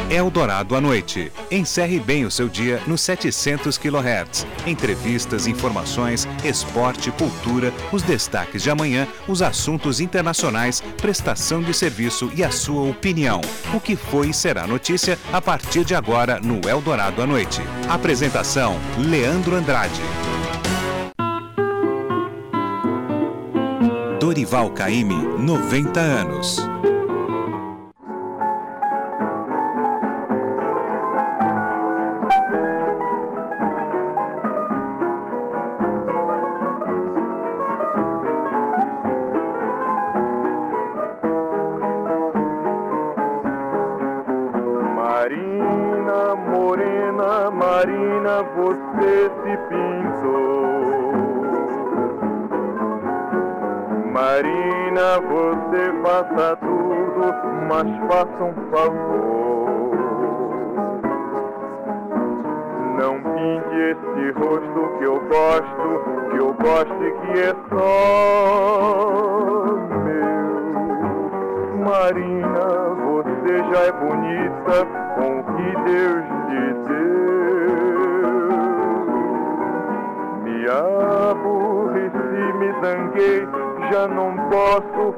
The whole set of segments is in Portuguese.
Eldorado à noite. Encerre bem o seu dia nos 700 kHz. Entrevistas, informações, esporte, cultura, os destaques de amanhã, os assuntos internacionais, prestação de serviço e a sua opinião. O que foi e será notícia a partir de agora no Eldorado à noite. Apresentação: Leandro Andrade. Dorival Caymmi, 90 anos. Marina, morena, Marina, você se pintou. Marina, você faça tudo, mas faça um favor. Não pinte esse rosto que eu gosto e que é só meu. Marina, você já é bonita com o que Deus lhe deu. Me aborreci, me zanguei, já não posso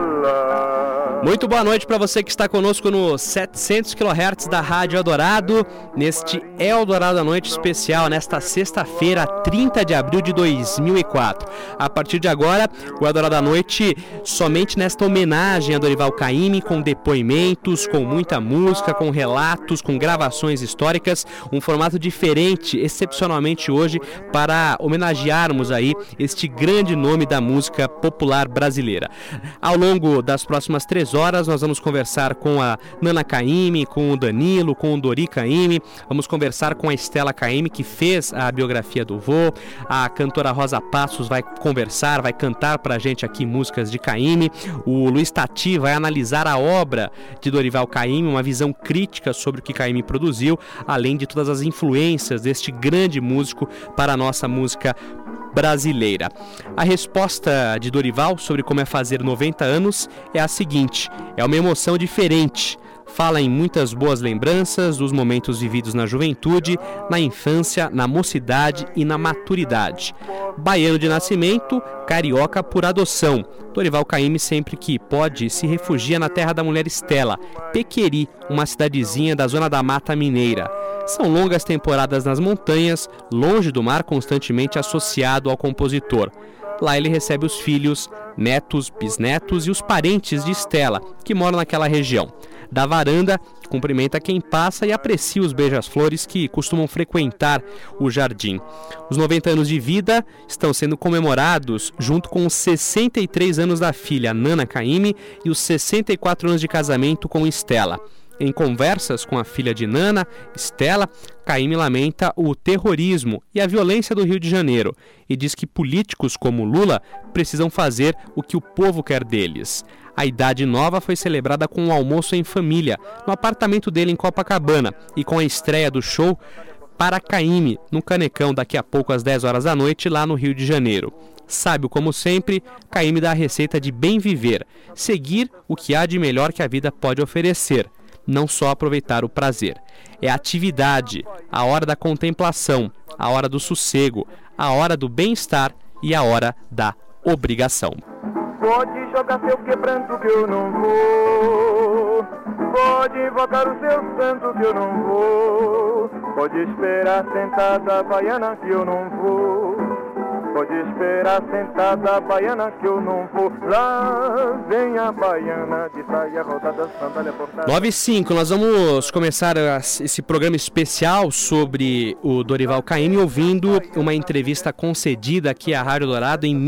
falar. Muito boa noite para você que está conosco no 700 kHz da Rádio Eldorado, neste Eldorado à Noite especial, nesta sexta-feira, 30 de abril de 2004. A partir de agora, o Eldorado à Noite somente nesta homenagem a Dorival Caymmi, com depoimentos, com muita música, com relatos, com gravações históricas, um formato diferente, excepcionalmente hoje, para homenagearmos aí este grande nome da música popular brasileira. Ao longo das próximas 3 horas, nós vamos conversar com a Nana Caymmi, com o Danilo, com o Dori Caymmi, vamos conversar com a Estela Caymmi, que fez a biografia do vô, a cantora Rosa Passos vai conversar, vai cantar pra gente aqui músicas de Caymmi, o Luiz Tati vai analisar a obra de Dorival Caymmi, uma visão crítica sobre o que Caymmi produziu, além de todas as influências deste grande músico para a nossa música brasileira. A resposta de Dorival sobre como é fazer 90 anos é a seguinte: é uma emoção diferente. Fala em muitas boas lembranças dos momentos vividos na juventude, na infância, na mocidade e na maturidade. Baiano de nascimento, carioca por adoção. Dorival Caymmi, sempre que pode, se refugia na terra da mulher Estela, Pequeri, uma cidadezinha da zona da Mata Mineira. São longas temporadas nas montanhas, longe do mar, constantemente associado ao compositor. Lá ele recebe os filhos, netos, bisnetos e os parentes de Estela, que moram naquela região. Da varanda, cumprimenta quem passa e aprecia os beija-flores que costumam frequentar o jardim. Os 90 anos de vida estão sendo comemorados junto com os 63 anos da filha, Nana Caymmi, e os 64 anos de casamento com Estela. Em conversas com a filha de Nana, Estela, Caymmi lamenta o terrorismo e a violência do Rio de Janeiro e diz que políticos como Lula precisam fazer o que o povo quer deles. A Idade Nova foi celebrada com um almoço em família, no apartamento dele em Copacabana, e com a estreia do show para Caymmi, no Canecão, daqui a pouco às 10 horas da noite, lá no Rio de Janeiro. Sábio como sempre, Caymmi dá a receita de bem viver, seguir o que há de melhor que a vida pode oferecer. Não só aproveitar o prazer. É a atividade, a hora da contemplação, a hora do sossego, a hora do bem-estar e a hora da obrigação. Pode jogar seu quebranto que eu não vou. Pode invocar o seu santo que eu não vou. Pode esperar sentada a baiana que eu não vou. Pode esperar sentada a baiana que eu não vou. Lá vem a baiana de saia rodada, sandália portada. 9h05, nós vamos começar esse programa especial sobre o Dorival Caymmi ouvindo uma entrevista concedida aqui à Rádio Eldorado em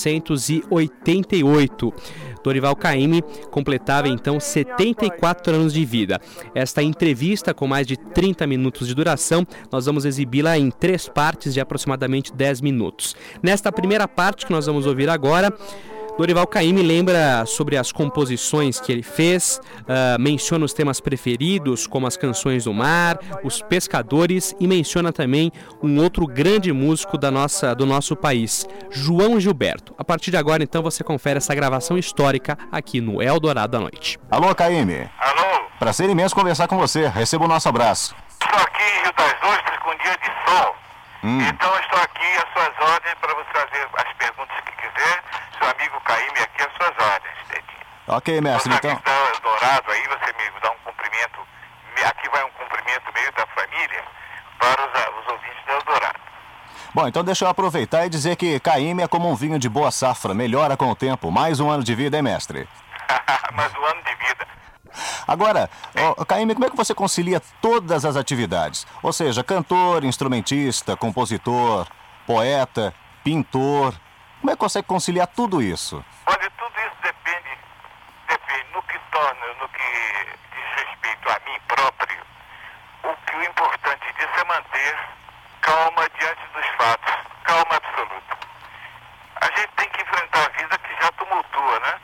1988. Dorival Caymmi completava então 74 anos de vida. Esta entrevista, com mais de 30 minutos de duração, nós vamos exibi-la em 3 partes de aproximadamente 10 minutos. Nesta primeira parte que nós vamos ouvir agora, Dorival Caymmi lembra sobre as composições que ele fez, menciona os temas preferidos, como as canções do mar, os pescadores, e menciona também um outro grande músico do nosso país, João Gilberto. A partir de agora, então, você confere essa gravação histórica aqui no Eldorado à Noite. Alô, Caymmi. Alô. Prazer imenso conversar com você. Receba o nosso abraço. Estou aqui em Rio das Ostras com um dia de sol. Então estou aqui às suas ordens para você fazer as perguntas que quiser. Seu amigo Caíme aqui às suas ordens, Dedinho. Ok, mestre, você então. Está dourado aí, você me dá um cumprimento. Aqui vai um cumprimento meio da família para os ouvintes do Eldorado. Bom, então deixa eu aproveitar e dizer que Caíme é como um vinho de boa safra, melhora com o tempo. Mais um ano de vida, hein, mestre? Mais um ano de vida. Agora, Caíme, como é que você concilia todas as atividades? Ou seja, cantor, instrumentista, compositor, poeta, pintor. Como é que consegue conciliar tudo isso? Olha, tudo isso depende no que diz respeito a mim próprio. O importante disso é manter calma diante dos fatos, calma absoluta. A gente tem que enfrentar a vida que já tumultua, né?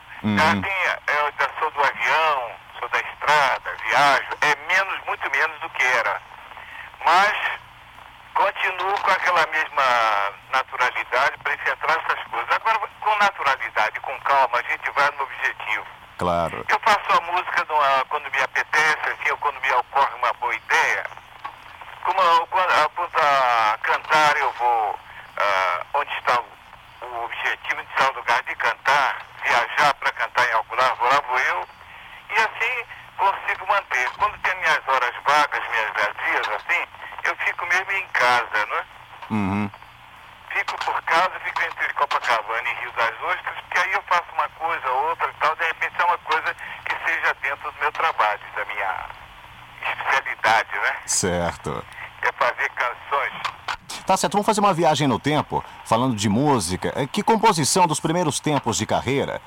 Eu sou do avião, sou da estrada, viajo, muito menos do que era. Mas continuo com aquela mesma naturalidade para enfrentar essas coisas. Agora, com naturalidade, com calma, a gente vai no objetivo. Claro. Eu faço a música quando me apetece, assim, ou quando me ocorre uma boa ideia. Quando a cantar, eu vou onde está o objetivo, onde está o lugar de cantar, viajar para cantar em algum lugar, lá vou eu, e assim consigo manter. Quando tem minhas horas vagas, minhas vazias, assim, eu fico mesmo em casa, né? Fico por casa, fico entre Copacabana e Rio das Ostras, porque aí eu faço uma coisa, outra e tal, de repente é uma coisa que seja dentro do meu trabalho, da minha especialidade, né? Certo. É fazer canções. Tá certo, vamos fazer uma viagem no tempo, falando de música. Que composição dos primeiros tempos de carreira,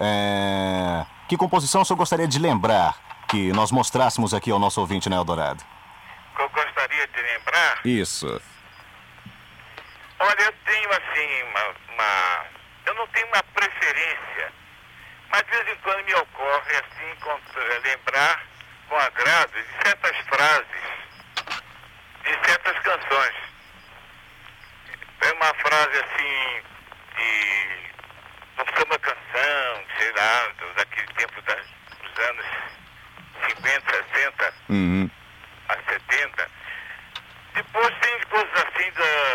que composição o senhor gostaria de lembrar, que nós mostrássemos aqui ao nosso ouvinte na Eldorado? Que eu gostaria de lembrar? Isso. Olha, eu tenho assim, eu não tenho uma preferência, mas de vez em quando me ocorre assim, lembrar com agrado de certas frases, de certas canções. É uma frase assim, de um samba canção, sei lá, daquele tempo dos anos 50, 60 a 70. Depois tem coisas assim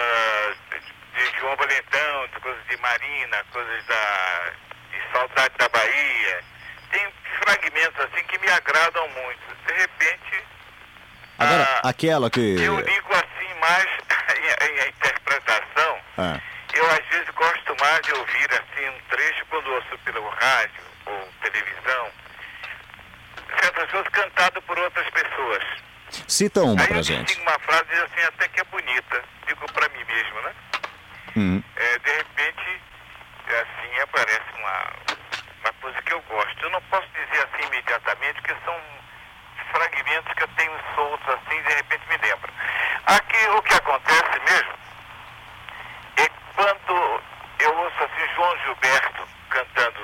de João Valentão, coisas de Marina, coisas de Saudade da Bahia. Tem fragmentos assim que me agradam muito. De repente, agora, aquela que... eu ligo assim mais em interpretação. Eu às vezes gosto mais de ouvir assim um trecho quando ouço pelo rádio ou televisão, certas coisas cantado por outras pessoas. Cita uma pra eu gente. digo uma frase assim até que é bonita, digo pra mim mesmo, né? De repente, assim, aparece uma coisa que eu gosto. Eu não posso dizer assim imediatamente, porque são fragmentos que eu tenho soltos assim, de repente me lembro. Aqui o que acontece mesmo é quando eu ouço assim João Gilberto cantando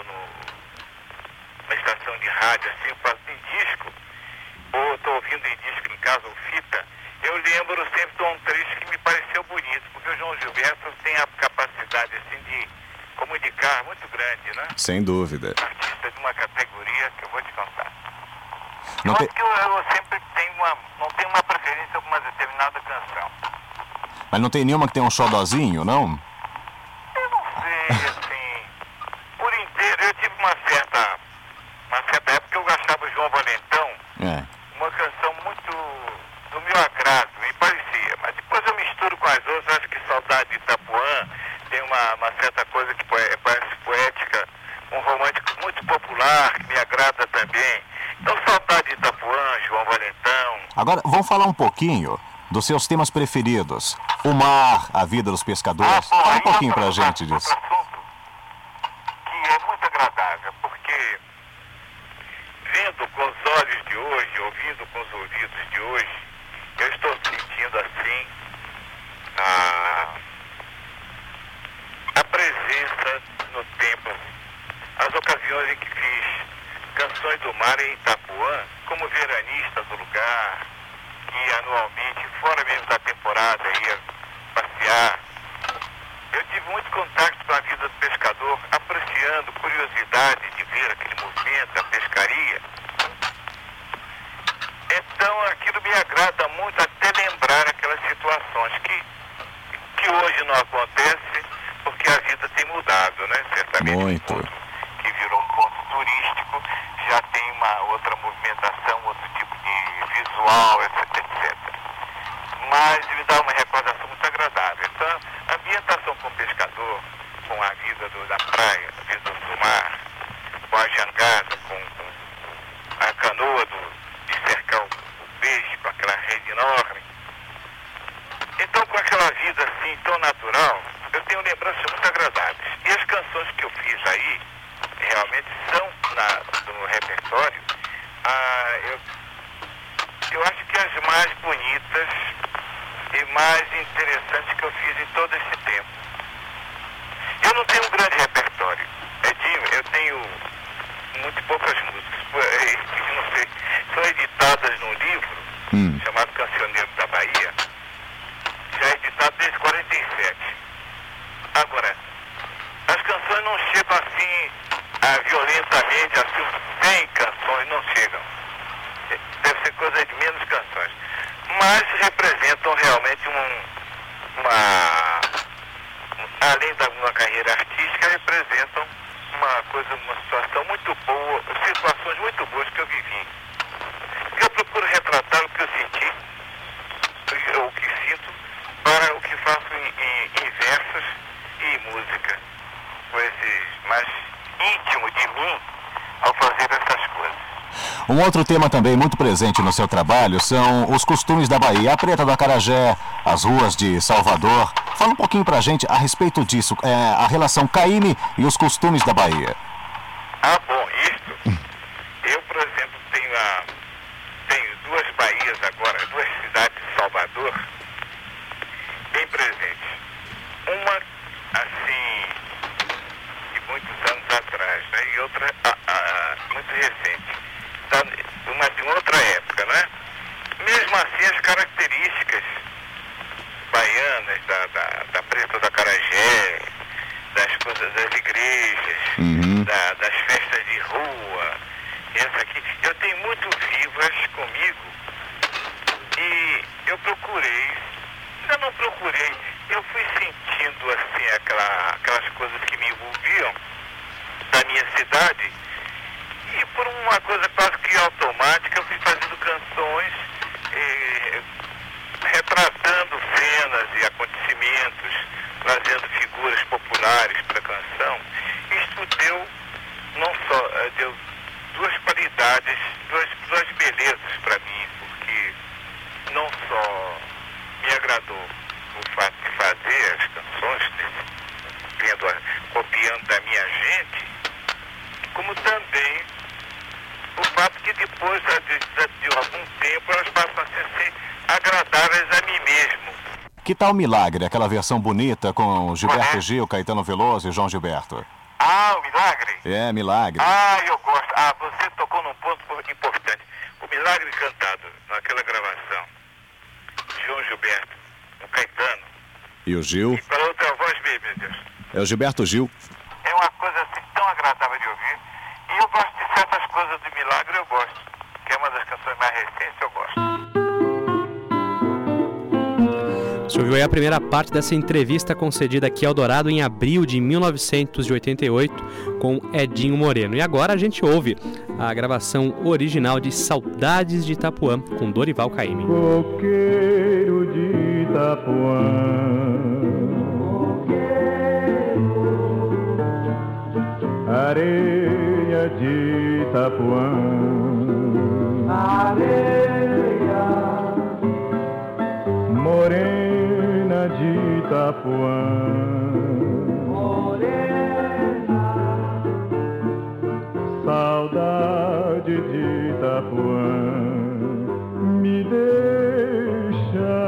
numa estação de rádio, assim, eu faço em disco, ou estou ouvindo em disco em casa, ou fita, eu lembro sempre de um trecho que me pareceu bonito, porque o João Gilberto tem a capacidade assim de comunicar muito grande, né? Sem dúvida. Artista de uma categoria que eu vou te contar. Não Eu acho que eu sempre não tenho uma preferência por uma determinada canção. Mas não tem nenhuma que tenha um xodozinho, não? Eu não sei, assim, por inteiro, eu tive uma certa época que eu achava o João Valentão uma canção muito do meu agrado, me parecia, mas depois eu misturo com as outras, acho que Saudade de Itapuã tem uma certa coisa que parece poética, um romântico muito popular, que me agrada também. Então Saudade de Itapuã, João Valentão. Agora, vamos falar um pouquinho dos seus temas preferidos. O mar, a vida dos pescadores. Fala um pouquinho pra gente disso. Assunto que é muito agradável, porque vendo com os olhos de hoje, ouvindo com os ouvidos de hoje, eu estou sentindo assim a presença no tempo, as ocasiões em que fiz Canções do Mar em Itapuã, como veranista do lugar, que anualmente, fora mesmo da temporada, ia passear. Eu tive muito contato com a vida do pescador, apreciando, curiosidade de ver aquele movimento, a pescaria. Então aquilo me agrada muito, até lembrar aquelas situações que hoje não acontece, porque a vida tem mudado, né? Certamente Muito. Um ponto que virou um ponto turístico, já tem uma outra movimentação, outro tipo de visual, etc, etc. Mas me dá uma recordação muito agradável. Então, a ambientação com o pescador, com a vida da praia, a vida do mar, com a jangada, com a canoa de cercar o peixe, com aquela rede enorme. Então, com aquela vida assim tão natural, eu tenho lembranças muito agradáveis. E as canções que eu fiz aí, realmente são no repertório, eu acho que as mais bonitas e mais interessantes que eu fiz em todo esse tempo. Eu não tenho um grande repertório, Edinho, eu tenho muito poucas músicas, não sei, são editadas num livro chamado Cancioneiro da Bahia, já editado desde 47. Agora, as canções não chegam assim, violentamente, assim, 100 canções, não chegam. Deve ser coisa de menos canções. Mas representam realmente além da uma carreira artística, representam uma situação muito boa, situações muito boas que eu vivi. Eu procuro retratar o que eu senti, ou o que sinto, para o que faço em versos e música. Coisas mais íntimo de mim ao fazer essas coisas. Um outro tema também muito presente no seu trabalho são os costumes da Bahia, a Preta do Acarajé, as ruas de Salvador. Fala um pouquinho pra gente a respeito disso, a relação Caymmi e os costumes da Bahia. Bom, isso. Eu, por exemplo, tenho duas Bahias agora, duas cidades de Salvador, bem presentes. Uma, assim, de muitos anos atrás, né? E outra, muito recente. Uma de outra época, né? Mesmo assim, as características baianas da Preta do Acarajé, das coisas das igrejas, das festas de rua, essa aqui, eu tenho muito vivas comigo e eu fui sentindo assim aquelas coisas que me envolviam da minha cidade. E por uma coisa quase que automática, eu fui fazendo canções, retratando cenas e acontecimentos, trazendo figuras populares para a canção. Isto deu, não só, deu duas qualidades, duas belezas para mim, porque não só me agradou o fato de fazer as canções, copiando da minha gente, como também o fato que depois de algum tempo elas passam a ser agradáveis a mim mesmo. Que tal Milagre, aquela versão bonita com Gilberto Gil, Caetano Veloso e João Gilberto? O Milagre? É, Milagre. Eu gosto. Você tocou num ponto importante. O Milagre cantado naquela gravação, João Gilberto, o Caetano. E o Gil? E para outra voz mesmo, meu Deus. É o Gilberto Gil. É uma coisa assim tão agradável de ouvir. E eu gosto de certas coisas do Milagre, eu gosto. Que é uma das canções mais recentes, eu gosto. Você ouviu aí a primeira parte dessa entrevista concedida aqui ao Dourado em abril de 1988 com Edinho Moreno. E agora a gente ouve a gravação original de Saudades de Itapuã com Dorival Caymmi. Coqueiro de Itapuã, areia de Itapuã, areia morena de Itapuã, morena, saudade de Itapuã, me deixa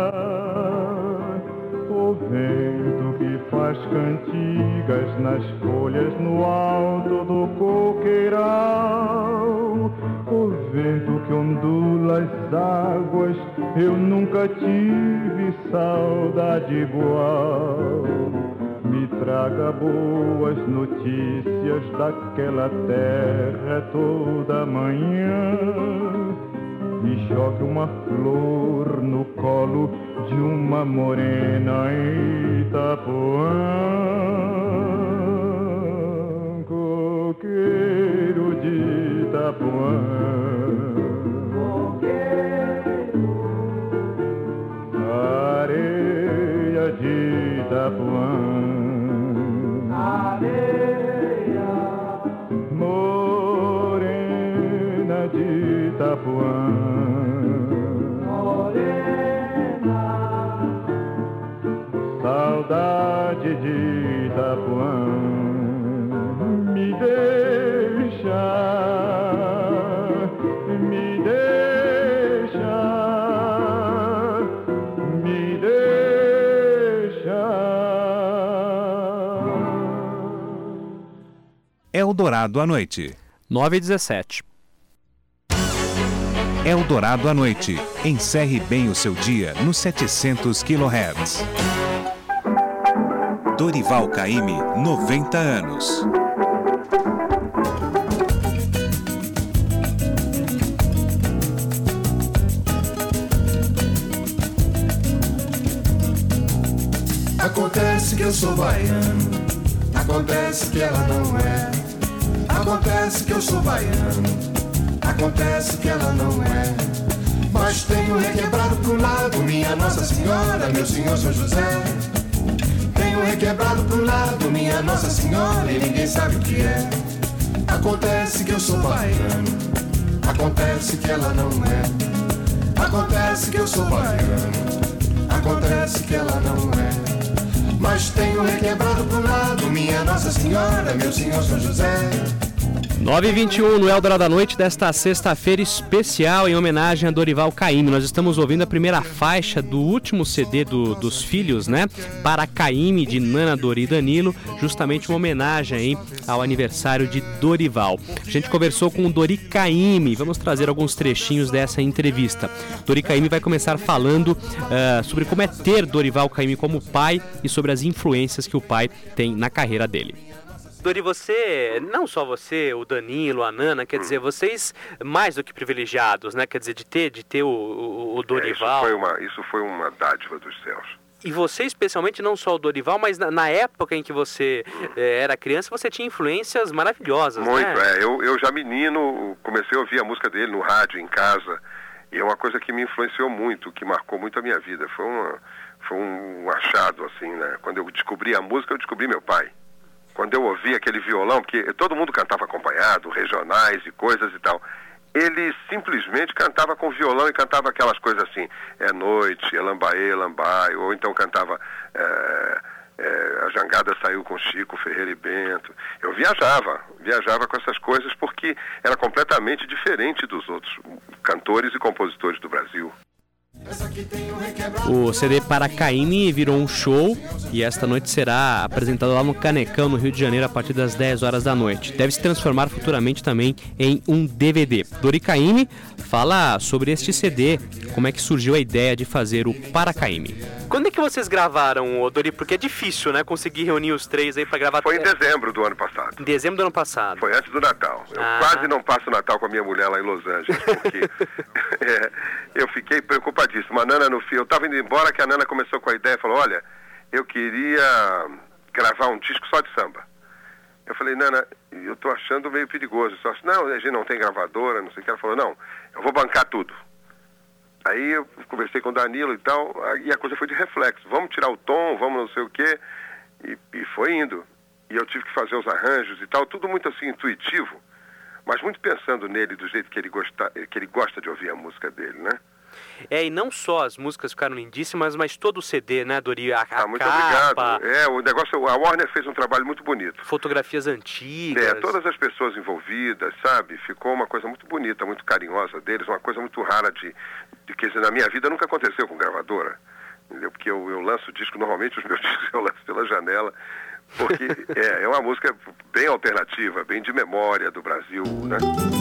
o vento que faz cantigas nas folhas no alto do coqueiral, o vento que ondula as águas, eu nunca tive saudade igual. Me traga boas notícias daquela terra toda manhã, e jogue uma flor no colo de uma morena em Itapuã. Coqueiro de Itapuã, areia de Itapuã, morena de Itapuã, saudade de Itapuã, me deixa, me deixa, me deixa. Eldorado à noite. 9h17. Eldorado à noite. Encerre bem o seu dia nos 700 kHz. Dorival Caymmi, 90 anos. Acontece que eu sou baiano, acontece que ela não é. Acontece que eu sou baiano, acontece que ela não é. Mas tenho requebrado pro lado minha Nossa Senhora, meu Senhor São José. Tenho requebrado pro lado minha Nossa Senhora e ninguém sabe o que é. Acontece que eu sou baiano, acontece que ela não é. Acontece que eu sou baiano, acontece que ela não é. Mas tenho requebrado pro lado minha Nossa Senhora, meu Senhor São José. 9h21 no Eldorado da Noite desta sexta-feira especial em homenagem a Dorival Caymmi. Nós estamos ouvindo a primeira faixa do último CD dos filhos, né? Para Caymmi, de Nana, Dori e Danilo, justamente uma homenagem aí ao aniversário de Dorival. A gente conversou com o Dori Caymmi, vamos trazer alguns trechinhos dessa entrevista. Dori Caymmi vai começar falando sobre como é ter Dorival Caymmi como pai e sobre as influências que o pai tem na carreira dele. Dori, você, não só você, o Danilo, a Nana, quer dizer, vocês mais do que privilegiados, né? Quer dizer, de ter o Dorival. Isso foi uma dádiva dos céus. E você, especialmente, não só o Dorival, mas na época em que você era criança, você tinha influências maravilhosas, muito, né? Eu já menino comecei a ouvir a música dele no rádio, em casa, e é uma coisa que me influenciou muito, que marcou muito a minha vida. Foi um achado, assim, né? Quando eu descobri a música, eu descobri meu pai. Quando eu ouvi aquele violão, porque todo mundo cantava acompanhado, regionais e coisas e tal, ele simplesmente cantava com violão e cantava aquelas coisas assim, é noite, é lambaê, lambai, ou então cantava a jangada saiu com Chico, Ferreira e Bento. Eu viajava com essas coisas porque era completamente diferente dos outros cantores e compositores do Brasil. O CD Para Caymmi virou um show e esta noite será apresentado lá no Canecão, no Rio de Janeiro, a partir das 10 horas da noite. Deve se transformar futuramente também em um DVD. Dori Caymmi fala sobre este CD, como é que surgiu a ideia de fazer o Para Caymmi. Quando é que vocês gravaram, Dori? Porque é difícil, né, conseguir reunir os três aí para gravar. Foi em dezembro do ano passado. Em dezembro do ano passado. Foi antes do Natal. Eu quase não passo o Natal com a minha mulher lá em Los Angeles, porque eu fiquei preocupadíssimo. A Nana, no fim, eu estava indo embora, que a Nana começou com a ideia, falou, olha, eu queria gravar um disco só de samba. Eu falei, Nana, eu tô achando meio perigoso. Só assim, não, a gente não tem gravadora, não sei o que. Ela falou, não, eu vou bancar tudo. Aí eu conversei com o Danilo e tal, e a coisa foi de reflexo. Vamos tirar o tom, vamos não sei o quê. E foi indo. E eu tive que fazer os arranjos e tal, tudo muito assim intuitivo, mas muito pensando nele, do jeito que ele gosta de ouvir a música dele, né? E não só as músicas ficaram lindíssimas, mas todo o CD, né, Dori? Muito capa, obrigado. O negócio, a Warner fez um trabalho muito bonito. Fotografias antigas. Todas as pessoas envolvidas, sabe? Ficou uma coisa muito bonita, muito carinhosa deles, uma coisa muito rara quer dizer, na minha vida nunca aconteceu com gravadora, entendeu? Porque eu lanço disco, normalmente os meus discos eu lanço pela janela, porque é uma música bem alternativa, bem de memória do Brasil, né?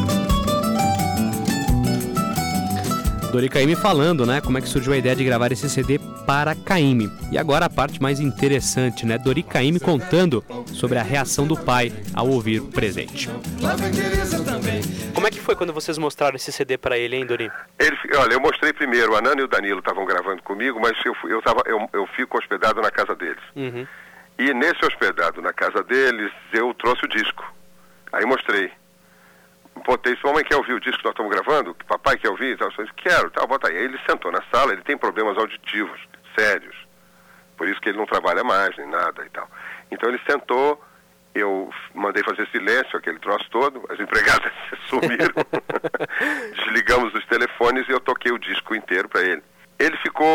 Dori Caymmi falando, né, como é que surgiu a ideia de gravar esse CD Para Caymmi. E agora a parte mais interessante, né, Dori Caymmi contando sobre a reação do pai ao ouvir o presente. Lá vem Tereza também, Como é que foi quando vocês mostraram esse CD para ele, hein, Dori? Olha, eu mostrei primeiro, a Nana e o Danilo estavam gravando comigo, mas eu fico hospedado na casa deles. Uhum. E nesse hospedado na casa deles, eu trouxe o disco. Aí mostrei. Botei, se mamãe quer ouvir o disco que nós estamos gravando, que papai quer ouvir, então, eu disse, quero, tá, bota aí. Aí ele sentou na sala, ele tem problemas auditivos sérios, por isso que ele não trabalha mais, nem nada e tal. Então ele sentou, eu mandei fazer silêncio, aquele troço todo, as empregadas sumiram, desligamos os telefones e eu toquei o disco inteiro para ele. Ele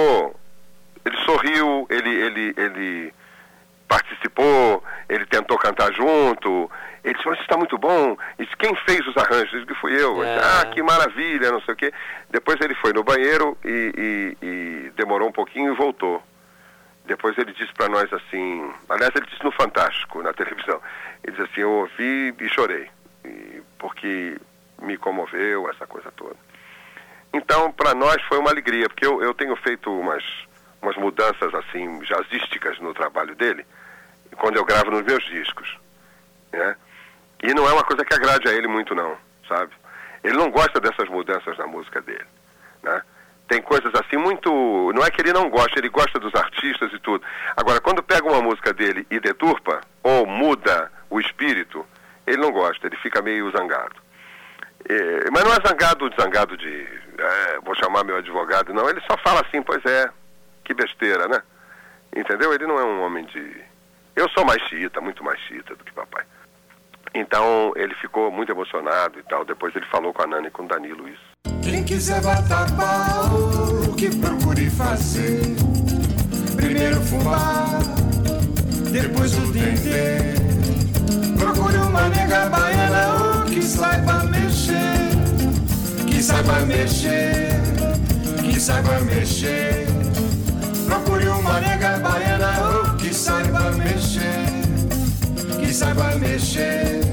sorriu, ele participou, ele tentou cantar junto, ele disse, mas isso está muito bom, e disse, quem fez os arranjos? Ele disse, fui eu. Disse, que maravilha, não sei o quê. Depois ele foi no banheiro e demorou um pouquinho e voltou. Depois ele disse para nós assim, aliás ele disse no Fantástico, na televisão, ele disse assim, eu ouvi e chorei, porque me comoveu essa coisa toda. Então para nós foi uma alegria, porque eu tenho feito umas mudanças assim, jazzísticas no trabalho dele, quando eu gravo nos meus discos, né? E não é uma coisa que agrade a ele muito não, sabe? Ele não gosta dessas mudanças na música dele, né? Tem coisas assim muito... Não é que ele não gosta, ele gosta dos artistas e tudo. Agora, quando pega uma música dele e deturpa, ou muda o espírito, ele não gosta, ele fica meio zangado. Mas não é zangado de... vou chamar meu advogado, não. Ele só fala assim, pois é, que besteira, né? Entendeu? Ele não é um homem de... Eu sou mais xiita, muito mais xiita do que papai. Então, ele ficou muito emocionado e tal. Depois ele falou com a Nana e com o Danilo isso. Quem quiser botar pau, que procure fazer. Primeiro fumar, depois o dendê. Procure uma nega baiana que saiba mexer. Que saiba mexer, que saiba mexer. Procure uma nega baiana que saiba mexer. Que saiba mexer.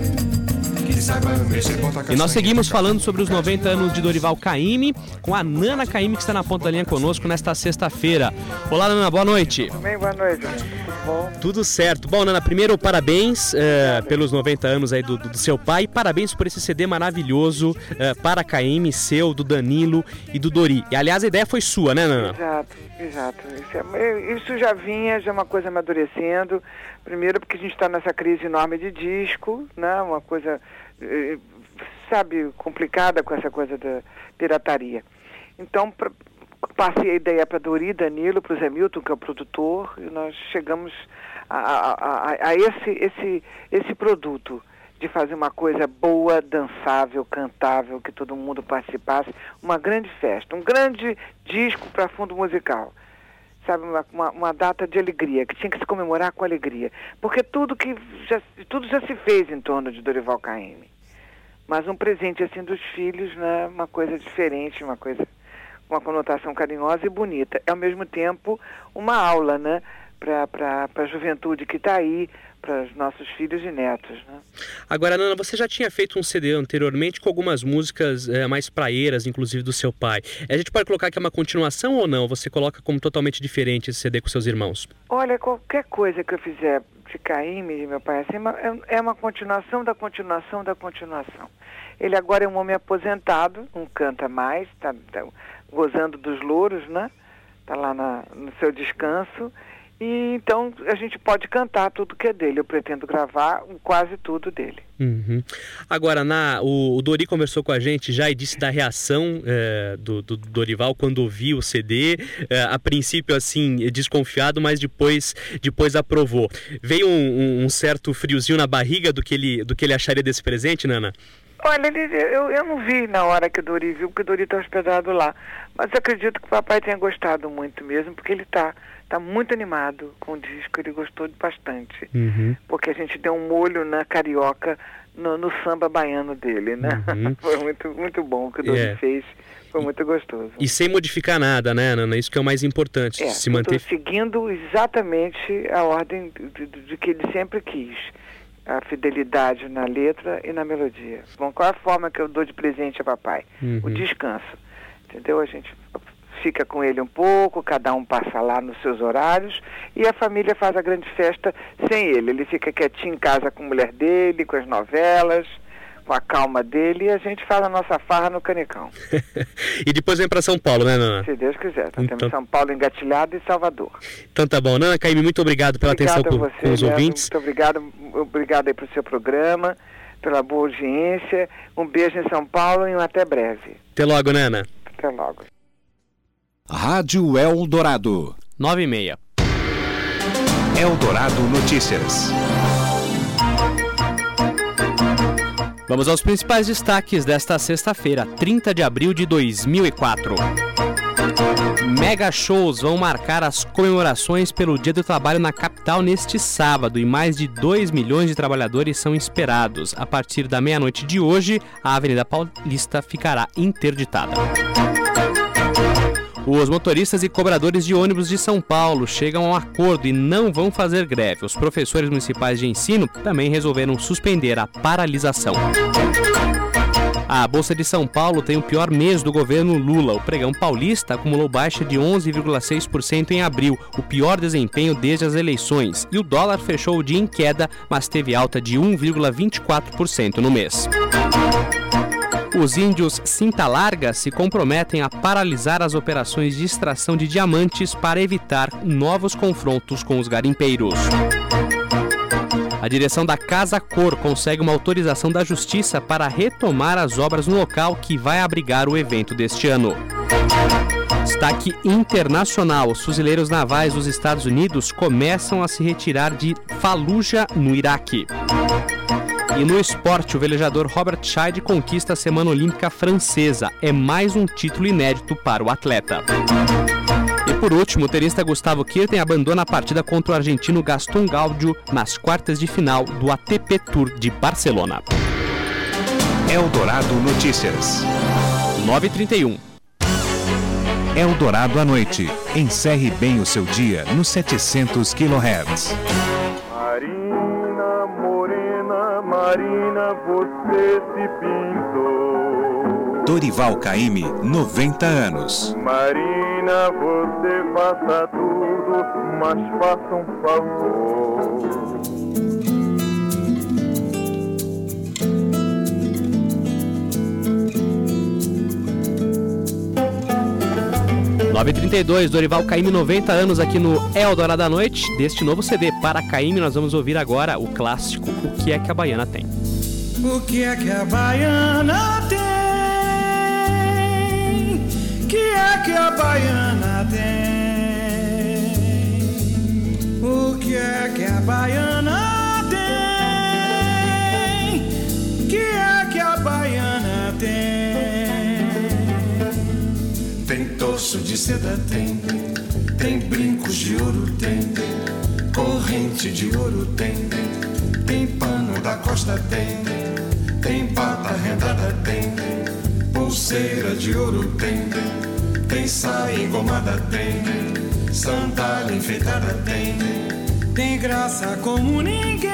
E nós seguimos falando sobre os 90 anos de Dorival Caymmi com a Nana Caymmi, que está na ponta da linha conosco nesta sexta-feira. Olá, Nana, boa noite. Bem, boa noite, tudo bom? Tudo certo. Bom, Nana, primeiro parabéns pelos 90 anos aí do seu pai, parabéns por esse CD maravilhoso para Caymmi, seu, do Danilo e do Dori. E aliás, a ideia foi sua, né, Nana? Exato. Isso já é uma coisa amadurecendo. Primeiro porque a gente está nessa crise enorme de disco, né? Uma coisa, sabe, complicada com essa coisa da pirataria. Então, passei a ideia para Dori, Danilo, para o Zé Milton, que é o produtor, e nós chegamos a esse produto de fazer uma coisa boa, dançável, cantável, que todo mundo participasse, uma grande festa, um grande disco para fundo musical. Sabe, uma data de alegria, que tinha que se comemorar com alegria. Porque tudo já se fez em torno de Dorival Caymmi. Mas um presente assim dos filhos, né, uma coisa diferente, uma conotação carinhosa e bonita. É ao mesmo tempo uma aula, né, para a juventude que está aí, para os nossos filhos e netos, né? Agora, Nana, você já tinha feito um CD anteriormente com algumas músicas mais praeiras, inclusive do seu pai. A gente pode colocar que é uma continuação ou não? Você coloca como totalmente diferente esse CD com seus irmãos? Olha, qualquer coisa que eu fizer de Caymmi, de meu pai, assim, é uma continuação da continuação da continuação. Ele agora é um homem aposentado, não canta mais, tá gozando dos louros, né? Está lá no seu descanso. E então a gente pode cantar tudo que é dele. Eu pretendo gravar quase tudo dele. Uhum. Agora, o Dori conversou com a gente já e disse da reação do Dorival quando ouviu o CD. A princípio, assim, desconfiado, mas depois aprovou. Veio um certo friozinho na barriga do que ele acharia desse presente, Nana? Olha, eu não vi na hora que o Dori viu, porque o Dori está hospedado lá. Mas acredito que o papai tenha gostado muito mesmo, porque ele está muito animado com o disco, ele gostou bastante. Uhum. Porque a gente deu um molho na carioca no samba baiano dele, né? Uhum. Foi muito, muito bom o que o Dori fez, foi muito gostoso. E sem modificar nada, né, Nana? Isso que é o mais importante, se manter... seguindo exatamente a ordem de que ele sempre quis. A fidelidade na letra e na melodia. Bom, qual é a forma que eu dou de presente a papai? Uhum. O descanso. Entendeu? A gente fica com ele um pouco, cada um passa lá nos seus horários e a família faz a grande festa sem ele. Ele fica quietinho em casa com a mulher dele, com as novelas, com a calma dele e a gente faz a nossa farra no Canecão. E depois vem para São Paulo, né, Nana? Se Deus quiser. Então... Temos São Paulo engatilhado e Salvador. Então tá bom. Nana Caymmi, muito obrigado pela atenção com os ouvintes. Muito obrigado aí pelo seu programa, pela boa audiência. Um beijo em São Paulo e até breve. Até logo, Nana. Até logo. Rádio Eldorado. 9h30. Eldorado Notícias. Vamos aos principais destaques desta sexta-feira, 30 de abril de 2004. Mega shows vão marcar as comemorações pelo Dia do Trabalho na capital neste sábado e mais de 2 milhões de trabalhadores são esperados. A partir da meia-noite de hoje, a Avenida Paulista ficará interditada. Os motoristas e cobradores de ônibus de São Paulo chegam a um acordo e não vão fazer greve. Os professores municipais de ensino também resolveram suspender a paralisação. A Bolsa de São Paulo tem o pior mês do governo Lula. O pregão paulista acumulou baixa de 11,6% em abril, o pior desempenho desde as eleições. E o dólar fechou o dia em queda, mas teve alta de 1,24% no mês. Os índios Cinta Larga se comprometem a paralisar as operações de extração de diamantes para evitar novos confrontos com os garimpeiros. A direção da Casa Cor consegue uma autorização da Justiça para retomar as obras no local que vai abrigar o evento deste ano. Destaque internacional: os fuzileiros navais dos Estados Unidos começam a se retirar de Fallujah, no Iraque. E no esporte, o velejador Robert Scheid conquista a Semana Olímpica Francesa. É mais um título inédito para o atleta. E por último, o tenista Gustavo Kuerten abandona a partida contra o argentino Gaston Gaudio nas quartas de final do ATP Tour de Barcelona. Eldorado Notícias. 9h31. Eldorado à noite. Encerre bem o seu dia nos 700 kHz. Marina, você se pintou. Dorival Caymmi, 90 anos. Marina, você faça tudo, mas faça um favor. 9h32, Dorival Caymmi, 90 anos aqui no Eldorado da Noite. Deste novo CD para Caymmi, nós vamos ouvir agora o clássico O Que É Que a Baiana Tem. O que é que a baiana tem? Que é que a baiana tem? O que é que a baiana tem? Que é que a baiana tem? Tem torso de seda, tem brincos de ouro, tem corrente de ouro, tem pano da costa, tem pata rendada, tem pulseira de ouro, tem saia engomada, tem sandália enfeitada, tem graça como ninguém.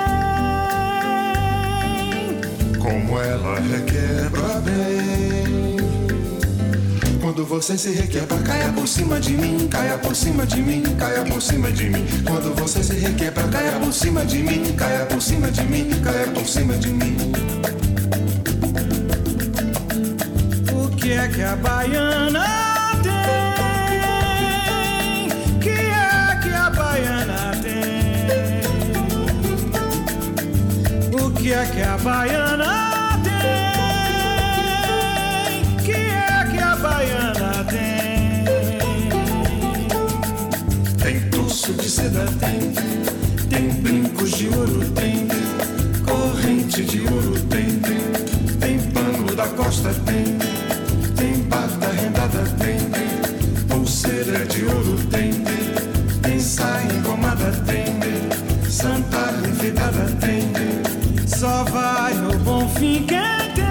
Como ela requebra bem. Quando você se requebra, caia por cima de mim, caia por cima de mim, caia por cima de mim. Quando você se requebra, caia por cima de mim, caia por cima de mim, caia por cima de mim. O que é que a baiana tem? Que é que a baiana tem? O que é que a baiana baiana tem? Tem torso de seda, tem brincos de ouro, tem corrente de ouro, tem pano da costa, tem pata rendada, tem pulseira de ouro, tem saia engomada, tem sandália enfeitada, tem. Só vai no bom fim quem tem.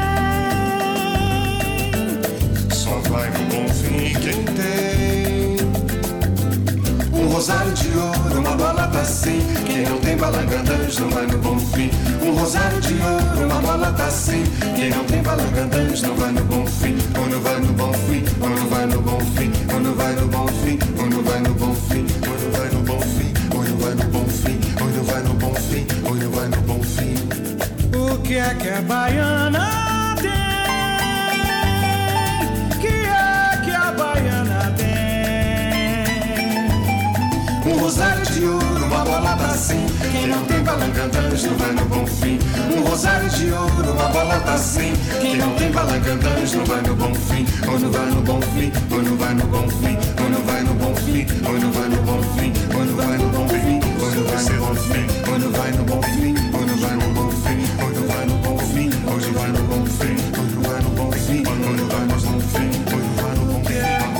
Vai no bom fim quem tem um rosário de ouro, uma bola tá sim. Quem não tem balangandãs não vai no bom fim. Um rosário de ouro, uma bola tá sim. Quem não tem balangandãs não vai no bom fim. Ou não vai no bom fim, ou não vai no bom fim, ou não vai no bom fim, ou não vai no bom fim, ou não vai no bom fim, ou não vai no bom fim, ou não vai no bom fim, ou não vai no bom fim. O que é a baiana de ouro, uma bolota assim. Quem não tem balangandãs não vai no Bonfim. Um rosário de ouro, uma bolota assim. Quem não tem balangandãs não vai no Bonfim. Ou não vai no Bonfim, ou não vai no Bonfim, ou não vai no Bonfim, ou não vai no Bonfim, ou não vai no Bonfim, ou não vai no Bonfim, ou não vai no Bonfim, ou não vai no Bonfim, ou não vai no Bonfim, ou não vai no Bonfim, ou não vai no Bonfim, ou não vai no Bonfim, ou não vai no Bonfim.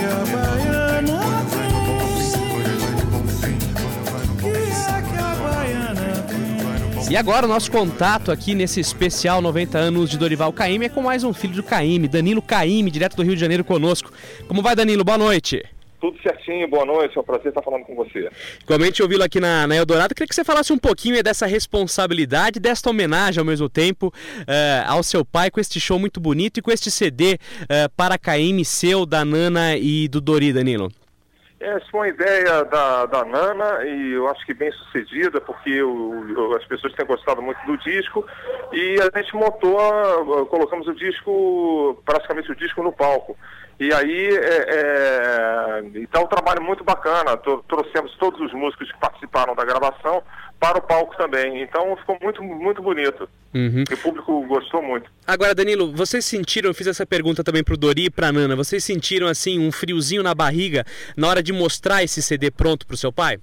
E agora o nosso contato aqui nesse especial 90 anos de Dorival Caymmi é com mais um filho do Caymmi, Danilo Caymmi, direto do Rio de Janeiro conosco. Como vai, Danilo? Boa noite. Tudo certinho, boa noite, é um prazer estar falando com você. Igualmente ouvi-lo aqui na Eldorado, queria que você falasse um pouquinho dessa responsabilidade, desta homenagem ao mesmo tempo ao seu pai, com este show muito bonito e com este CD para Caymmi seu, da Nana e do Dori, Danilo. Essa foi uma ideia da Nana e eu acho que bem sucedida, porque as pessoas têm gostado muito do disco e a gente colocamos o disco, praticamente o disco no palco. E aí está um trabalho muito bacana, trouxemos todos os músicos que participaram da gravação para o palco também, então ficou muito, muito bonito. Uhum. E o público gostou muito. Agora, Danilo, vocês sentiram, eu fiz essa pergunta também pro Dori e pra Nana, vocês sentiram assim um friozinho na barriga na hora de mostrar esse CD pronto pro seu pai?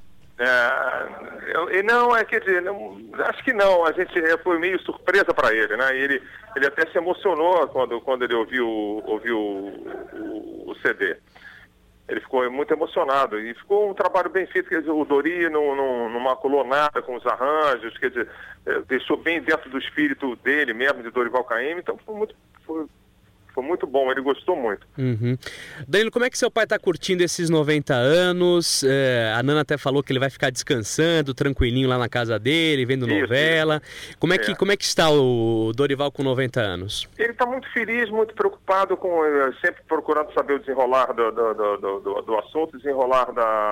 Acho que não, a gente foi meio surpresa para ele, né? Ele até se emocionou quando ele ouviu o CD. Ele ficou muito emocionado e ficou um trabalho bem feito, quer dizer, o Dori não maculou nada com os arranjos, quer dizer, deixou bem dentro do espírito dele mesmo, de Dorival Caymmi, então foi muito bom, ele gostou muito. Uhum. Danilo, como é que seu pai está curtindo esses 90 anos? A Nana até falou que ele vai ficar descansando, tranquilinho lá na casa dele, vendo novela. Como é que está o Dorival com 90 anos? Ele está muito feliz, muito preocupado, sempre procurando saber o desenrolar do assunto, desenrolar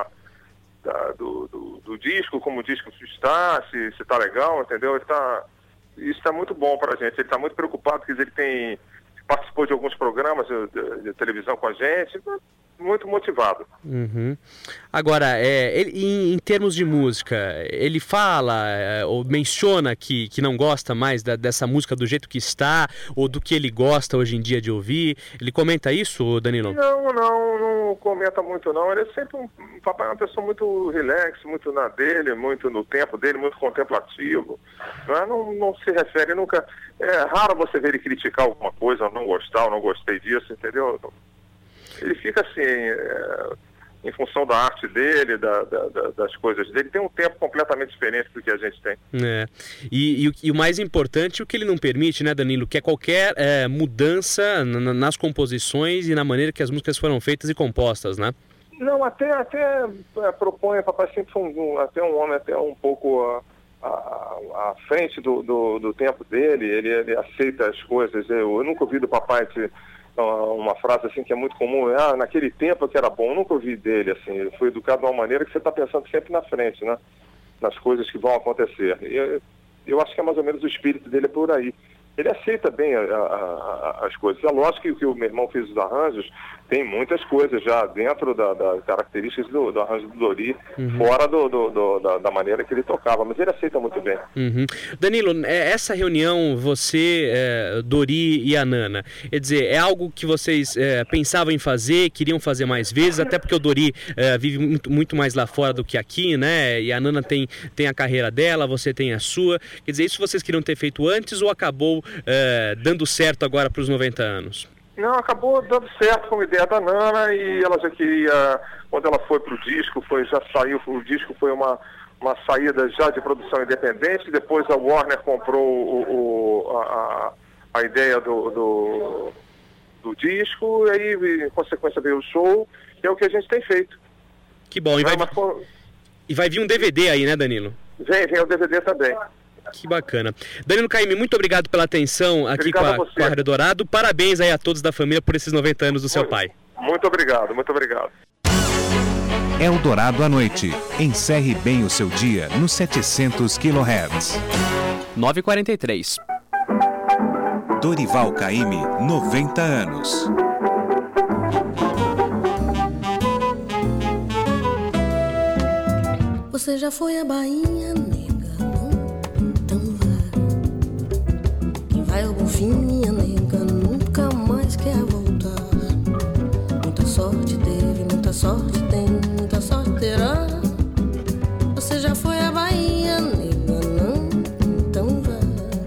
do disco, como o disco está, se está legal, entendeu? Isso está muito bom para a gente, ele está muito preocupado, porque ele participou de alguns programas de televisão com a gente, muito motivado. Uhum. Agora, ele, em termos de música, ele fala ou menciona que não gosta mais dessa música do jeito que está, ou do que ele gosta hoje em dia de ouvir? Ele comenta isso, Danilo? Não comenta muito não. Ele é sempre um papai, é uma pessoa muito relax, muito na dele, muito no tempo dele, muito contemplativo. Não se refere nunca... É raro você ver ele criticar alguma coisa, ou não gostar, ou não gostei disso, entendeu? Ele fica assim, em função da arte dele, das coisas dele, tem um tempo completamente diferente do que a gente tem. E o mais importante, o que ele não permite, né, Danilo, que é qualquer mudança nas composições e na maneira que as músicas foram feitas e compostas, né? Não, até propõe, papai sempre foi um homem até um pouco... à frente do tempo dele, ele aceita as coisas. Eu nunca ouvi do papai uma frase assim que é muito comum, naquele tempo que era bom. Eu nunca ouvi dele, assim. Ele foi educado de uma maneira que você está pensando sempre na frente, né? Nas coisas que vão acontecer. Eu acho que é mais ou menos o espírito dele é por aí. Ele aceita bem as coisas. É lógico que o meu irmão fez os arranjos, tem muitas coisas já dentro das características do arranjo do Dori, fora da maneira que ele tocava, mas ele aceita muito bem. Uhum. Danilo, essa reunião, você, Dori e a Nana, quer dizer, é algo que vocês pensavam em fazer, queriam fazer mais vezes, até porque o Dori vive muito mais lá fora do que aqui, né? E a Nana tem a carreira dela, você tem a sua. Quer dizer, isso vocês queriam ter feito antes ou acabou dando certo agora para os 90 anos? Não, acabou dando certo com a ideia da Nana e ela já queria, quando ela foi pro disco, o disco foi uma saída já de produção independente, depois a Warner comprou a ideia do disco, e aí em consequência veio o show, que é o que a gente tem feito. Que bom, e vai vir um DVD aí, né, Danilo? Vem o DVD também. Que bacana. Danilo Caymmi, muito obrigado pela atenção aqui com a Rádio Dourado. Parabéns aí a todos da família por esses 90 anos do seu pai. Muito obrigado, muito obrigado. Eldorado à noite. Encerre bem o seu dia nos 700 kHz. 9h43. Dorival Caymmi, 90 anos. Você já foi à Bahia, nega? Não? Então vai. Quem vai ao Bonfim, minha nega, nunca mais quer voltar. Muita sorte teve, muita sorte tem, muita sorte terá. Você já foi à Bahia, nega? Não? Então vai.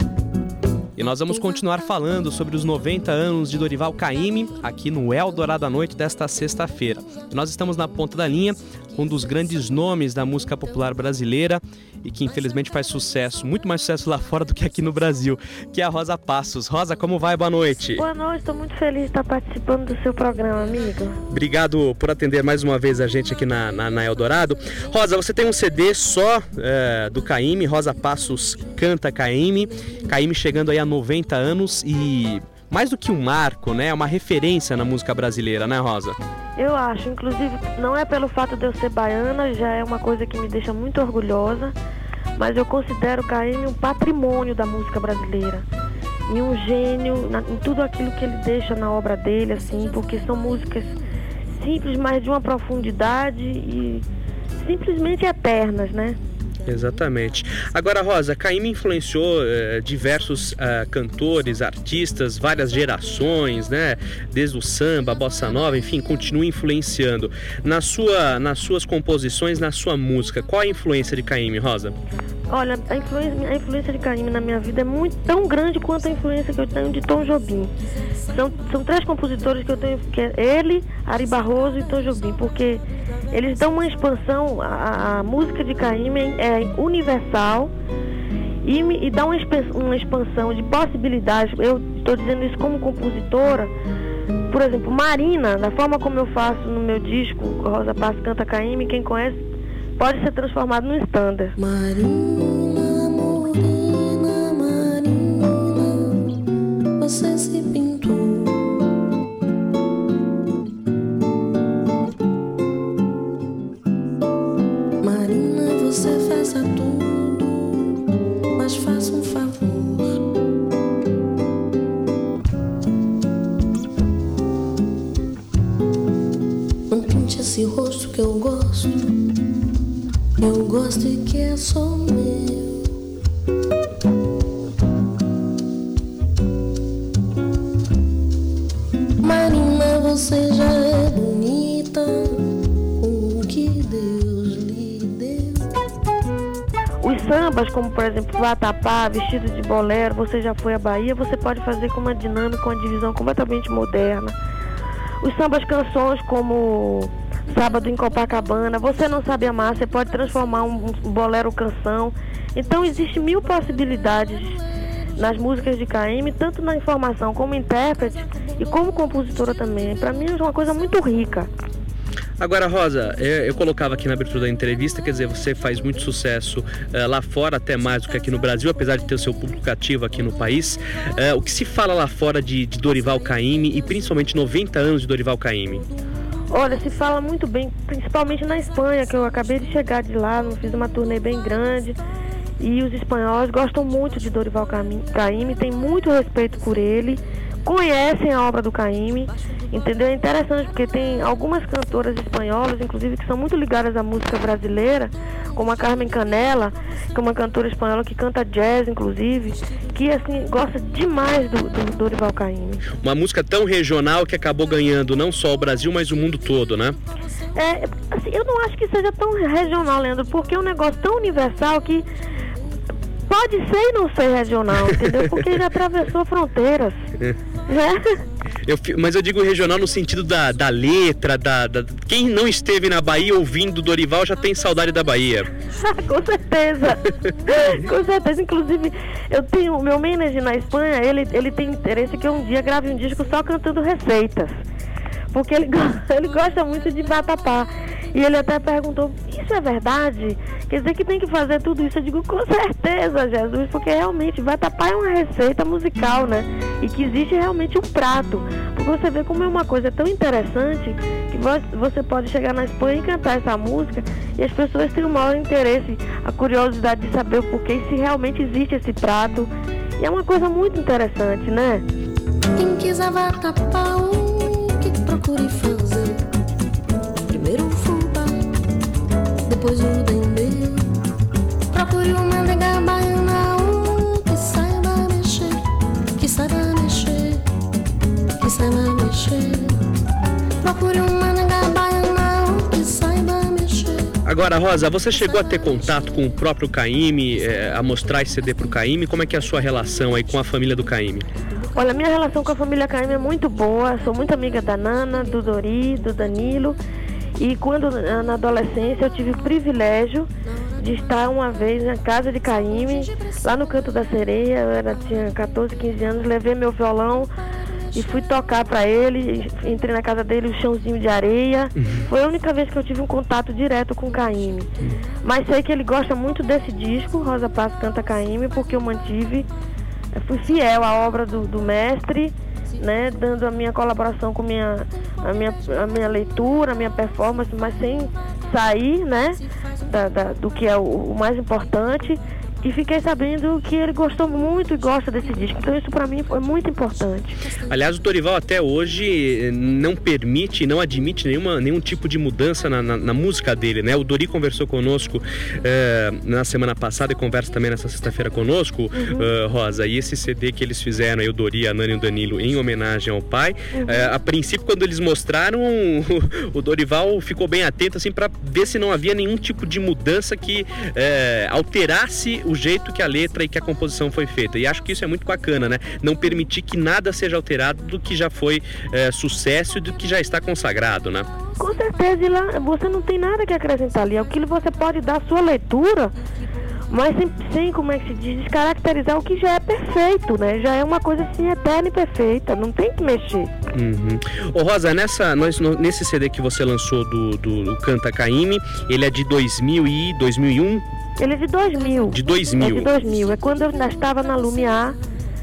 E nós vamos continuar falando sobre os 90 anos de Dorival Caymmi aqui no Eldorado à Noite desta sexta-feira. Nós estamos na ponta da linha com um dos grandes nomes da música popular brasileira e que infelizmente faz sucesso, muito mais sucesso lá fora do que aqui no Brasil, que é a Rosa Passos. Rosa, como vai? Boa noite. Boa noite, estou muito feliz de estar participando do seu programa, amigo. Obrigado por atender mais uma vez a gente aqui na Eldorado. Rosa, você tem um CD só do Caymmi, Rosa Passos Canta Caymmi. Caymmi chegando aí a 90 anos e mais do que um marco, né? É uma referência na música brasileira, né, Rosa? Eu acho, inclusive, não é pelo fato de eu ser baiana, já é uma coisa que me deixa muito orgulhosa, mas eu considero o Caymmi um patrimônio da música brasileira e um gênio em tudo aquilo que ele deixa na obra dele, assim, porque são músicas simples, mas de uma profundidade e simplesmente eternas, né? Exatamente. Agora, Rosa, Caymmi influenciou diversos cantores, artistas, várias gerações, né? Desde o samba, a bossa nova, enfim, continua influenciando. Nas suas composições, na sua música, qual a influência de Caymmi, Rosa? Olha, a influência de Caymmi na minha vida é tão grande quanto a influência que eu tenho de Tom Jobim. São três compositores que eu tenho, que é ele, Ari Barroso e Tom Jobim, porque eles dão uma expansão, a música de Caymmi é universal e dá uma expansão de possibilidades. Eu estou dizendo isso como compositora. Por exemplo, Marina, da forma como eu faço no meu disco Rosa Passos Canta Caymmi, quem conhece pode ser transformado num standard. Marina, morena, Marina, você se pintou. Marina, você faça tudo, mas faça um favor. Não pinte esse rosto que eu gosto. Eu gosto e que é só meu. Marina, você já é bonita com o que Deus lhe deu. Os sambas, como por exemplo Vatapá, Vestido de Bolero, Você Já Foi à Bahia, você pode fazer com uma dinâmica, uma divisão completamente moderna. Os sambas canções como Sábado em Copacabana, Você Não Sabe Amar, você pode transformar um bolero canção. Então existe 1000 possibilidades nas músicas de Caymmi, tanto na informação como intérprete e como compositora também. Para mim é uma coisa muito rica. Agora, Rosa, eu colocava aqui na abertura da entrevista, quer dizer, você faz muito sucesso lá fora, até mais do que aqui no Brasil, apesar de ter o seu público ativo aqui no país. O que se fala lá fora de Dorival Caymmi e principalmente 90 anos de Dorival Caymmi? Olha, se fala muito bem, principalmente na Espanha, que eu acabei de chegar de lá, fiz uma turnê bem grande. E os espanhóis gostam muito de Dorival Caymmi, têm muito respeito por ele, conhecem a obra do Caymmi, entendeu? É interessante porque tem algumas cantoras espanholas, inclusive, que são muito ligadas à música brasileira, como a Carmen Canela, que é uma cantora espanhola que canta jazz, inclusive, que assim gosta demais do Dorival Caymmi. Uma música tão regional que acabou ganhando não só o Brasil, mas o mundo todo, né? Assim, eu não acho que seja tão regional, Leandro, porque é um negócio tão universal que pode ser e não ser regional, entendeu? Porque ele atravessou fronteiras, né? Mas eu digo regional no sentido da letra, quem não esteve na Bahia ouvindo Dorival já tem saudade da Bahia. Com certeza. Com certeza. Inclusive, eu tenho o meu manager na Espanha, ele tem interesse que eu um dia grave um disco só cantando receitas. Porque ele gosta muito de vatapá. E ele até perguntou, isso é verdade? Quer dizer que tem que fazer tudo isso? Eu digo, com certeza, Jesus, porque realmente vatapá é uma receita musical, né? E que existe realmente um prato. Porque você vê como é uma coisa tão interessante que você pode chegar na Espanha e cantar essa música e as pessoas têm o maior interesse, a curiosidade de saber o porquê e se realmente existe esse prato. E é uma coisa muito interessante, né? Quem quiser vatapá, o que procure fazer? Primeiro o fubá, depois o dendê, Agora, Rosa, você chegou a ter contato com o próprio Caymmi, a mostrar esse CD pro Caymmi? Como é que é a sua relação aí com a família do Caymmi? Olha, minha relação com a família Caymmi é muito boa. Sou muito amiga da Nana, do Dori, do Danilo. E quando na adolescência eu tive o privilégio de estar uma vez na casa de Caymmi, lá no Canto da Sereia. Eu tinha 14, 15 anos, levei meu violão e fui tocar para ele. Entrei na casa dele, um chãozinho de areia. Foi a única vez que eu tive um contato direto com Caymmi. Mas sei que ele gosta muito desse disco, Rosa Paz Canta Caymmi, porque eu fui fiel à obra do mestre, né, dando a minha colaboração com a minha leitura, a minha performance, mas sem sair, né, do que é o mais importante. E fiquei sabendo que ele gostou muito e gosta desse disco. Então isso para mim foi muito importante. Aliás, o Dorival até hoje não permite, não admite nenhum tipo de mudança na música dele, né? O Dori conversou conosco na semana passada e conversa também nessa sexta-feira conosco, Rosa. E esse CD que eles fizeram aí, o Dori, a Nana e o Danilo, em homenagem ao pai, a princípio, quando eles mostraram, o Dorival ficou bem atento assim para ver se não havia nenhum tipo de mudança que alterasse o jeito que a letra e que a composição foi feita. E acho que isso é muito bacana, né? Não permitir que nada seja alterado do que já foi sucesso e do que já está consagrado, né? Com certeza, e lá você não tem nada que acrescentar ali. Aquilo você pode dar a sua leitura, mas sem como é que se diz, descaracterizar o que já é perfeito, né? Já é uma coisa assim eterna e perfeita, não tem que mexer. Ô Rosa, nesse CD que você lançou do Canta Caymmi, ele é de 2001? Ele é de 2000. De 2000. É de 2000. É quando eu ainda estava na Lumiar,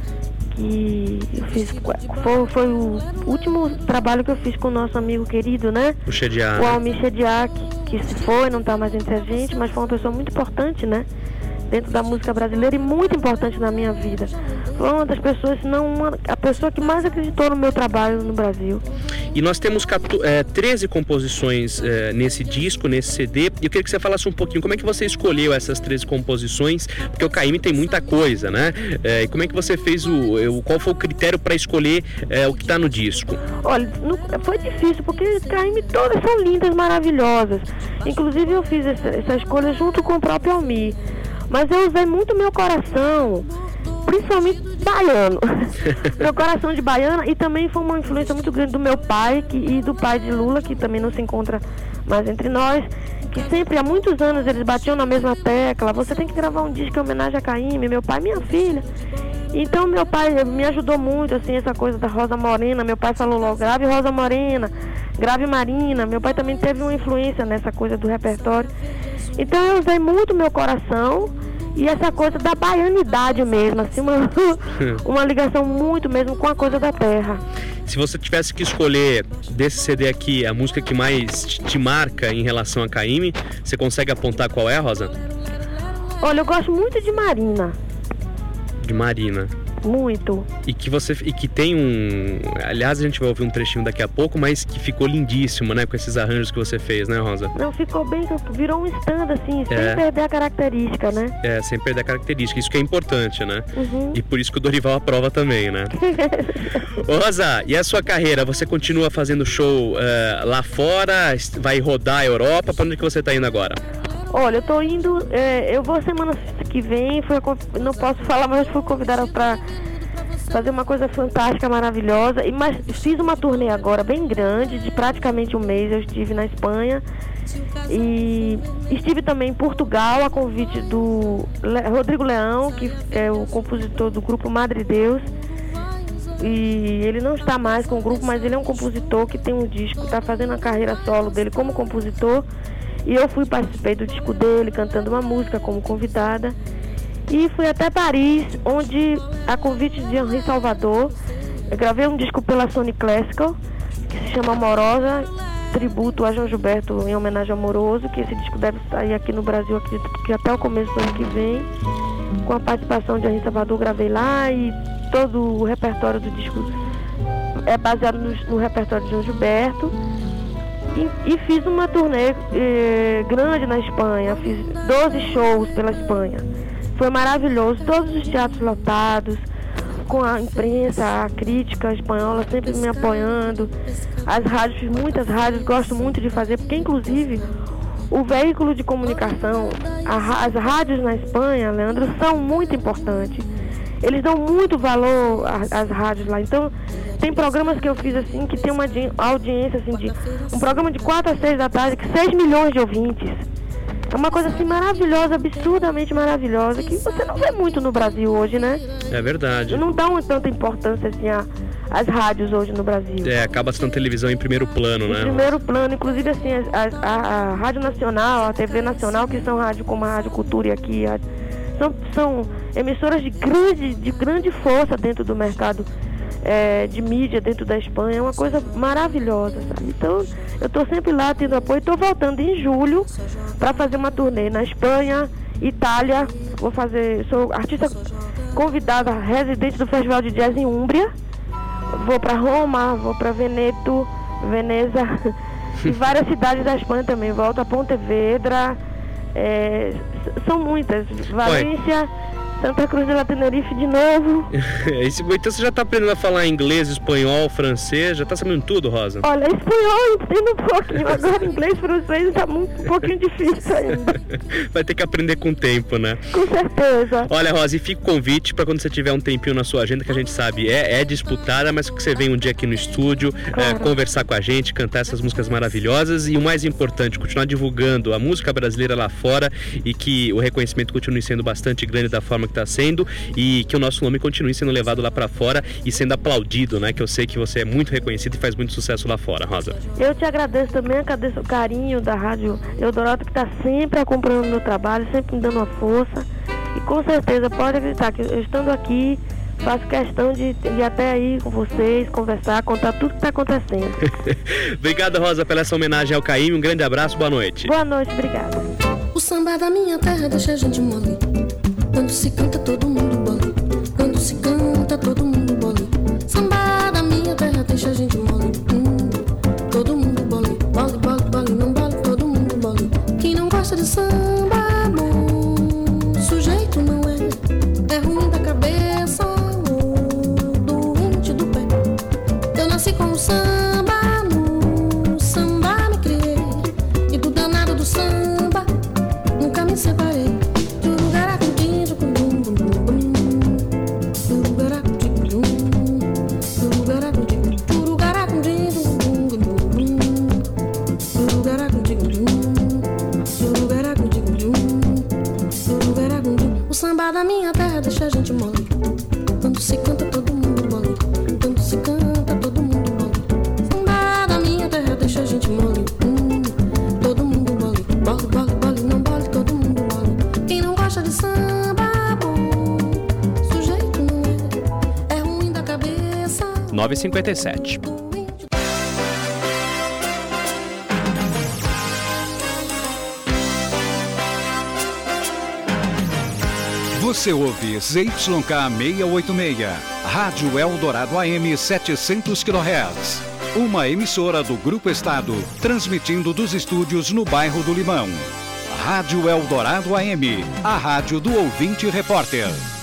que eu fiz. Foi o último trabalho que eu fiz com o nosso amigo querido, né? O Chediak. O Almir Chediak, que se foi, não está mais entre a gente, mas foi uma pessoa muito importante, né? Dentro da música brasileira e muito importante na minha vida. Foi uma das pessoas, se não a pessoa que mais acreditou no meu trabalho no Brasil. E nós temos 13 composições nesse disco, nesse CD. E eu queria que você falasse um pouquinho como é que você escolheu essas 13 composições, porque o Caymmi tem muita coisa, né? E como é que você fez qual foi o critério para escolher o que está no disco? Olha, foi difícil, porque Caymmi todas são lindas, maravilhosas. Inclusive eu fiz essa escolha junto com o próprio Almir. Mas eu usei muito meu coração, principalmente baiano. Meu coração de baiana, e também foi uma influência muito grande do meu pai e do pai de Lula, que também não se encontra mais entre nós, que sempre, há muitos anos, eles batiam na mesma tecla: você tem que gravar um disco em homenagem a Caymmi, meu pai e minha filha. Então meu pai me ajudou muito, assim, essa coisa da Rosa Morena. Meu pai falou logo: grave Rosa Morena, grave Marina. Meu pai também teve uma influência nessa coisa do repertório. Então eu usei muito meu coração e essa coisa da baianidade mesmo, assim, uma ligação muito mesmo com a coisa da terra. Se você tivesse que escolher desse CD aqui a música que mais te marca em relação a Caymmi, você consegue apontar qual é, Rosa? Olha, eu gosto muito de Marina. De Marina. Muito. E que tem aliás, a gente vai ouvir um trechinho daqui a pouco, mas que ficou lindíssimo, né? Com esses arranjos que você fez, né, Rosa? Não, ficou bem, virou um stand, assim, sem perder a característica, né? Sem perder a característica, isso que é importante, né? E por isso que o Dorival aprova também, né? Rosa, e a sua carreira? Você continua fazendo show lá fora? Vai rodar a Europa? Pra onde que você tá indo agora? Olha, eu tô indo, eu vou semana que vem, não posso falar, mas fui convidada para fazer uma coisa fantástica, maravilhosa. Mas fiz uma turnê agora bem grande, de praticamente um mês. Eu estive na Espanha e estive também em Portugal, a convite do Rodrigo Leão, que é o compositor do grupo Madre Deus. E ele não está mais com o grupo, mas ele é um compositor que tem um disco, está fazendo a carreira solo dele como compositor. E eu participei do disco dele, cantando uma música como convidada. E fui até Paris, onde, a convite de Henri Salvador, eu gravei um disco pela Sony Classical, que se chama Amorosa, tributo a João Gilberto em homenagem ao Amoroso, que esse disco deve sair aqui no Brasil, acredito que até o começo do ano que vem. Com a participação de Henri Salvador, gravei lá, e todo o repertório do disco é baseado no repertório de João Gilberto. E fiz uma turnê grande na Espanha, fiz 12 shows pela Espanha. Foi maravilhoso, todos os teatros lotados, com a imprensa, a crítica espanhola sempre me apoiando. As rádios, fiz muitas rádios, gosto muito de fazer, porque inclusive o veículo de comunicação, as rádios na Espanha, Leandro, são muito importantes. Eles dão muito valor às rádios lá. Então, tem programas que eu fiz assim, que tem uma audiência assim, de um programa de 4 às 6 da tarde, que 6 milhões de ouvintes. É uma coisa assim maravilhosa, absurdamente maravilhosa, que você não vê muito no Brasil hoje, né? É verdade. Não dão tanta importância assim às rádios hoje no Brasil. Acaba sendo televisão em primeiro plano, né? Em primeiro plano, inclusive assim, a Rádio Nacional, a TV Nacional, que são rádio como a Rádio Cultura e aqui, são emissoras de grande força dentro do mercado de mídia dentro da Espanha. É uma coisa maravilhosa, sabe? Então, eu estou sempre lá tendo apoio. Estou voltando em julho para fazer uma turnê na Espanha, Itália. Sou artista convidada, residente do Festival de Jazz em Úmbria. Vou para Roma, vou para Veneto, Veneza e várias cidades da Espanha também. Volto a Pontevedra, são muitas. Valência, Santa Cruz de la Tenerife de novo. Então você já está aprendendo a falar inglês, espanhol, francês? Já está sabendo tudo, Rosa? Olha, espanhol eu entendo um pouquinho. Agora inglês, francês está um pouquinho difícil ainda. Vai ter que aprender com o tempo, né? Com certeza. Olha, Rosa, e fica o convite para quando você tiver um tempinho na sua agenda, que a gente sabe é disputada, mas que você venha um dia aqui no estúdio, claro, conversar com a gente, cantar essas músicas maravilhosas e o mais importante, continuar divulgando a música brasileira lá fora e que o reconhecimento continue sendo bastante grande da forma que está sendo e que o nosso nome continue sendo levado lá para fora e sendo aplaudido, né? Que eu sei que você é muito reconhecido e faz muito sucesso lá fora, Rosa. Eu te agradeço também, agradeço o carinho da Rádio Eldorado, que está sempre acompanhando o meu trabalho, sempre me dando uma força e com certeza pode acreditar que eu estando aqui faço questão de ir até aí com vocês, conversar, contar tudo que está acontecendo. Obrigado, Rosa, pela essa homenagem ao Caymmi, um grande abraço, boa noite. Boa noite, obrigada. O samba da minha terra deixa a gente mole. Quando se canta todo mundo bole. Quando se canta todo mundo bole. Samba da minha terra deixa a gente mole. Todo mundo bole. Bole, bole, bole, não bole, todo mundo bole. Quem não gosta de samba, bom sujeito não é. É ruim da cabeça ou doente do pé. Eu nasci com o samba, no samba me criei. E do danado do samba nunca me separei. Da minha terra deixa a gente mole. Quando se canta todo mundo mole. Quando se canta todo mundo mole. Samba da minha terra deixa a gente mole. Todo mundo mole. Bole, bole, bole, não bole, todo mundo mole. Quem não gosta de samba, bom sujeito não é. É ruim da cabeça. 9h57. Você ouve ZYK 686, Rádio Eldorado AM 700 kHz. Uma emissora do Grupo Estado, transmitindo dos estúdios no bairro do Limão. Rádio Eldorado AM, a rádio do ouvinte repórter.